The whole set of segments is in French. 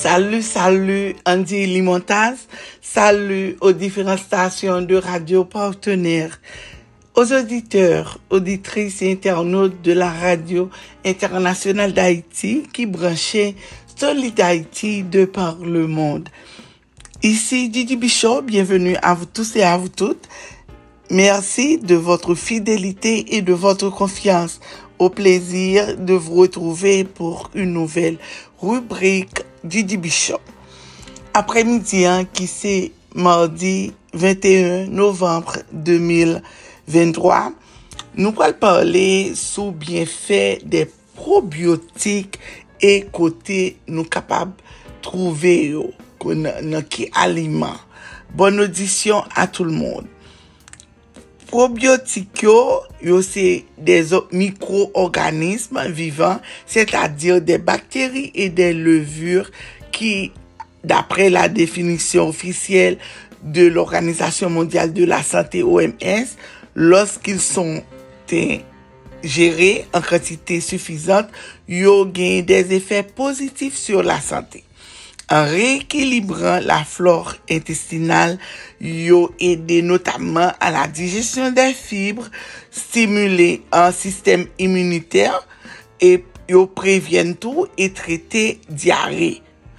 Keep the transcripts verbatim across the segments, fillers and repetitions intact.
Salut, salut Andy Limontaz, salut aux différentes stations de radio partenaires, aux auditeurs, auditrices et internautes de la radio internationale d'Haïti qui branchait Solid Haïti de par le monde. Ici Didi Bichot, bienvenue à vous tous et à vous toutes. Merci de votre fidélité et de votre confiance. Au plaisir de vous retrouver pour une nouvelle rubrique Didi Bichot. Après-midi, hein, qui c'est mardi vingt et un novembre deux mille vingt-trois, nous allons parler sous bienfait des probiotiques et côté nous capables de trouver dans qui aliment. Bonne audition à tout le monde. Probiotiques, yo, c'est des micro-organismes vivants, c'est-à-dire des bactéries et des levures qui, d'après la définition officielle de l'Organisation mondiale de la santé O M S, lorsqu'ils sont ingérés en quantité suffisante, yo gagnent des effets positifs sur la santé. En rééquilibrant la flore intestinale, yo aide notamment à la digestion des fibres, stimuler un système immunitaire et yo préviennent tout et traiter diarrhée.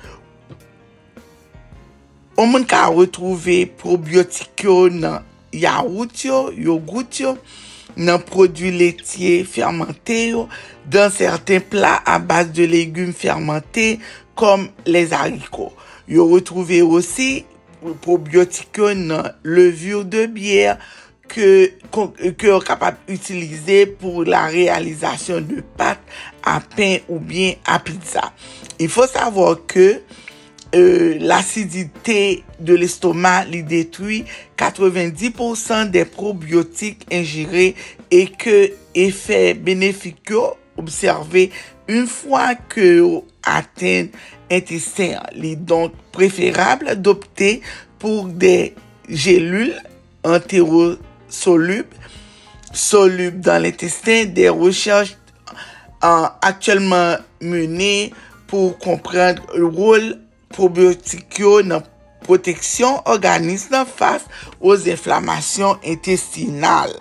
On peut retrouver probiotiques dans yaourt, yogourt, dans produits laitiers fermentés, dans certains plats à base de légumes fermentés comme les haricots. Vous retrouvez aussi probiotiques dans levure de bière que que est capable d'utiliser pour la réalisation de pâtes à pain ou bien à pizza. Il faut savoir que Euh, l'acidité de l'estomac lui détruit quatre-vingt-dix pour cent des probiotiques ingérés et que effet bénéfique observé une fois que atteint intestin. Il est donc préférable d'opter pour des gélules entérosolubles solubles dans l'intestin. Des recherches euh, actuellement menées pour comprendre le rôle probiotiques dans protection organisme face aux inflammations intestinales.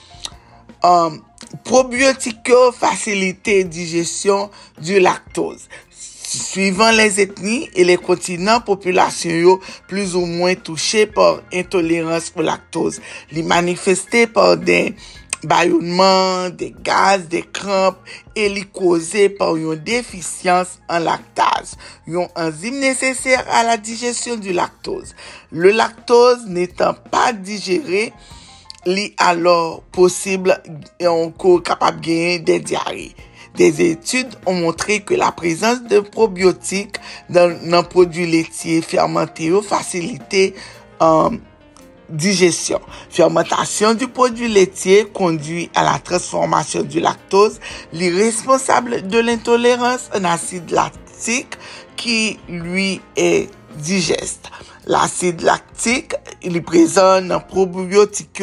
Um, probiotiques facilitent digestion du lactose. Suivant les ethnies et les continents, population plus ou moins touchées par intolérance au lactose. Les manifestés par des ballonnements, des gaz, des crampes et les causés par une déficience en lactase, une enzyme nécessaire à la digestion du lactose. Le lactose n'étant pas digéré, il est alors possible et encore capable de gagner des diarrhées. Des études ont montré que la présence de probiotiques dans un produit laitier fermenté facilite euh, digestion. Fermentation du produit laitier conduit à la transformation du lactose, les responsables de l'intolérance en acide lactique qui lui est digeste. L'acide lactique, il est présent dans probiotiques,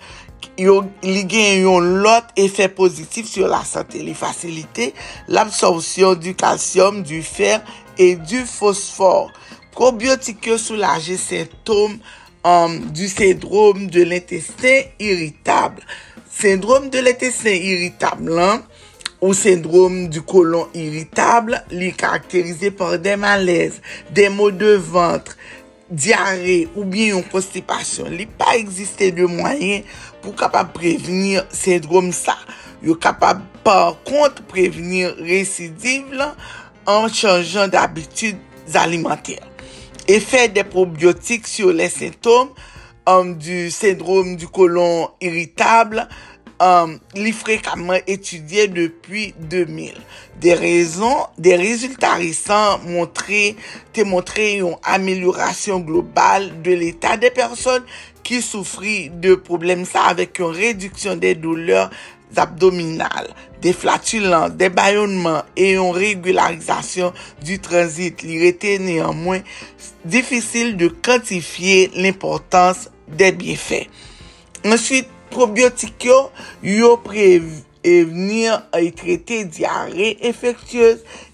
il a un lot effet positif sur la santé. Il facilite l'absorption du calcium, du fer et du phosphore. Probiotiques soulagent symptômes Um, du syndrome de l'intestin irritable. Syndrome de l'intestin irritable, hein, ou syndrome du côlon irritable, il est caractérisé par des malaises, des maux de ventre, diarrhée ou bien une constipation. Il n'y a pas existé de moyen pour capable prévenir syndrome ça. Il est capable par contre prévenir récidive là, en changeant d'habitudes alimentaires. Effet des probiotiques sur les symptômes um, du syndrome du côlon irritable, um, les fréquemment étudié depuis deux mille. Des raisons, des résultats récents montré, t'ont montré une amélioration globale de l'état des personnes qui souffrent de problèmes ça avec une réduction des douleurs abdominales, des flatulences, des bâillonnements et une régularisation du transit. Il était néanmoins difficile de quantifier l'importance des bienfaits. Ensuite, probiotiques, yo prévenir et traiter diarrhée infectieuse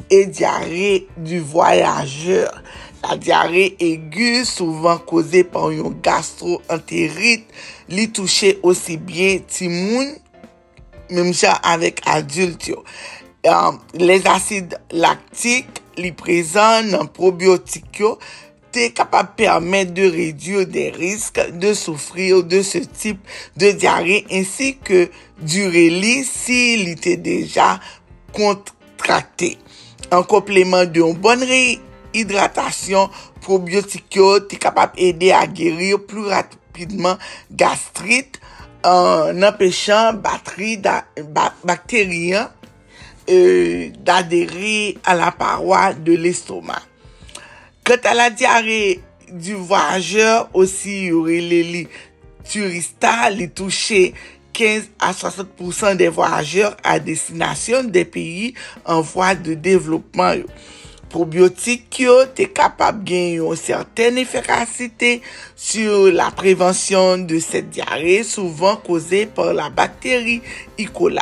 et diarrhée du voyageur. La diarrhée aiguë, souvent causée par une gastro-entérite, li touche aussi bien ti moun, même ça avec adulte. Euh, les acides lactiques, li présents dans probiotiques, t'es capable de permettre de réduire des risques de souffrir de ce type de diarrhée ainsi que durer s'il était déjà contracté. En complément d'une bonne réhydratation, probiotiques t'es capable d'aider à guérir plus rapidement gastrite en empêchant batterie bactériens euh, d'adhérer à la paroi de l'estomac. Quant à la diarrhée du voyageur, aussi, il y aurait les touristas, les toucher quinze à soixante pour cent des voyageurs à destination des pays en voie de développement. Probiotiques, t'es capable de gagner une certaine efficacité sur la prévention de cette diarrhée, souvent causée par la bactérie E. coli.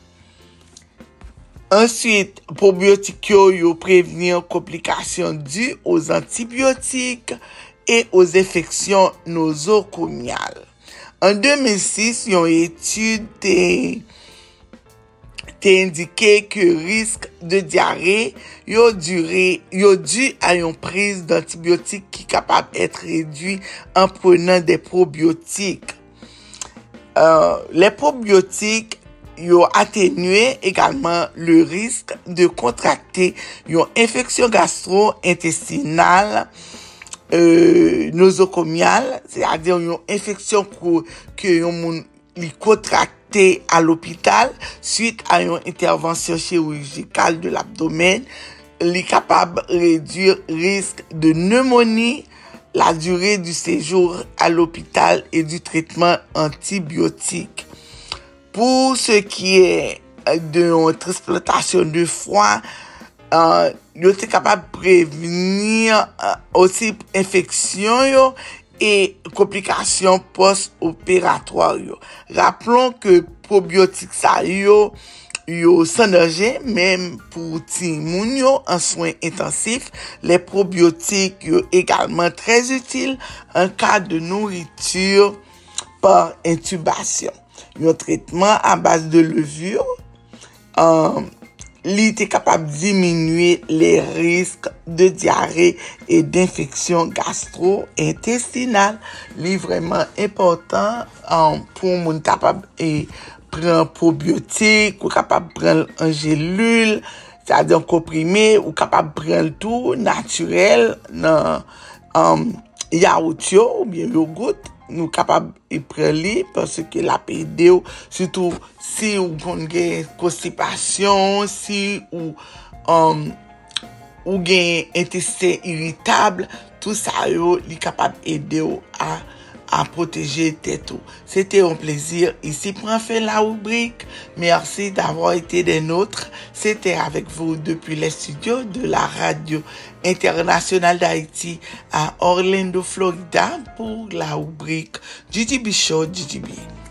Ensuite, probiotiques yo prévenir complications dues aux antibiotiques et aux infections nosocomiales. En deux mille six, une étude t'a indiqué que risque de diarrhée yo duré yo dû à une prise d'antibiotiques qui est capable d'être réduit en prenant des probiotiques. Euh, les probiotiques yo atténué également le risque de contracter une infection gastro-intestinale euh, nosocomiale, c'est-à-dire une infection que yon moun li contracté à l'hôpital suite à une intervention chirurgicale de l'abdomen, li capable réduire risque de pneumonie, la durée du séjour à l'hôpital et du traitement antibiotique. Pour ce qui est de transplantation de foie, euh, yo est capable de prévenir euh, aussi infection yo et complications post-opératoires yo. Rappelons que probiotiques ça yo yo sans danger même pour ti moun yo en soins intensifs. Les probiotiques yo également très utiles en cas de nourriture par intubation. Un traitement à base de levure, euh, il est capable de diminuer les risques de diarrhée et d'infection gastro-intestinale. C'est vraiment important euh, pour mon capable et prendre probiotique ou capable prendre en gélule, c'est-à-dire comprimé ou capable prendre tout naturel dans euh, yaourt ou bien yogourt. Nous capables de prendre parce que la P D O, surtout si vous avez constipation, si vous um, ou gen intestin irritable, tout ça yo est capable d'aider à à protéger tête. C'était un plaisir ici pour en faire la rubrique. Merci d'avoir été des nôtres. C'était avec vous depuis les studios de la radio internationale d'Haïti à Orlando, Florida pour la rubrique G G B Show G G B.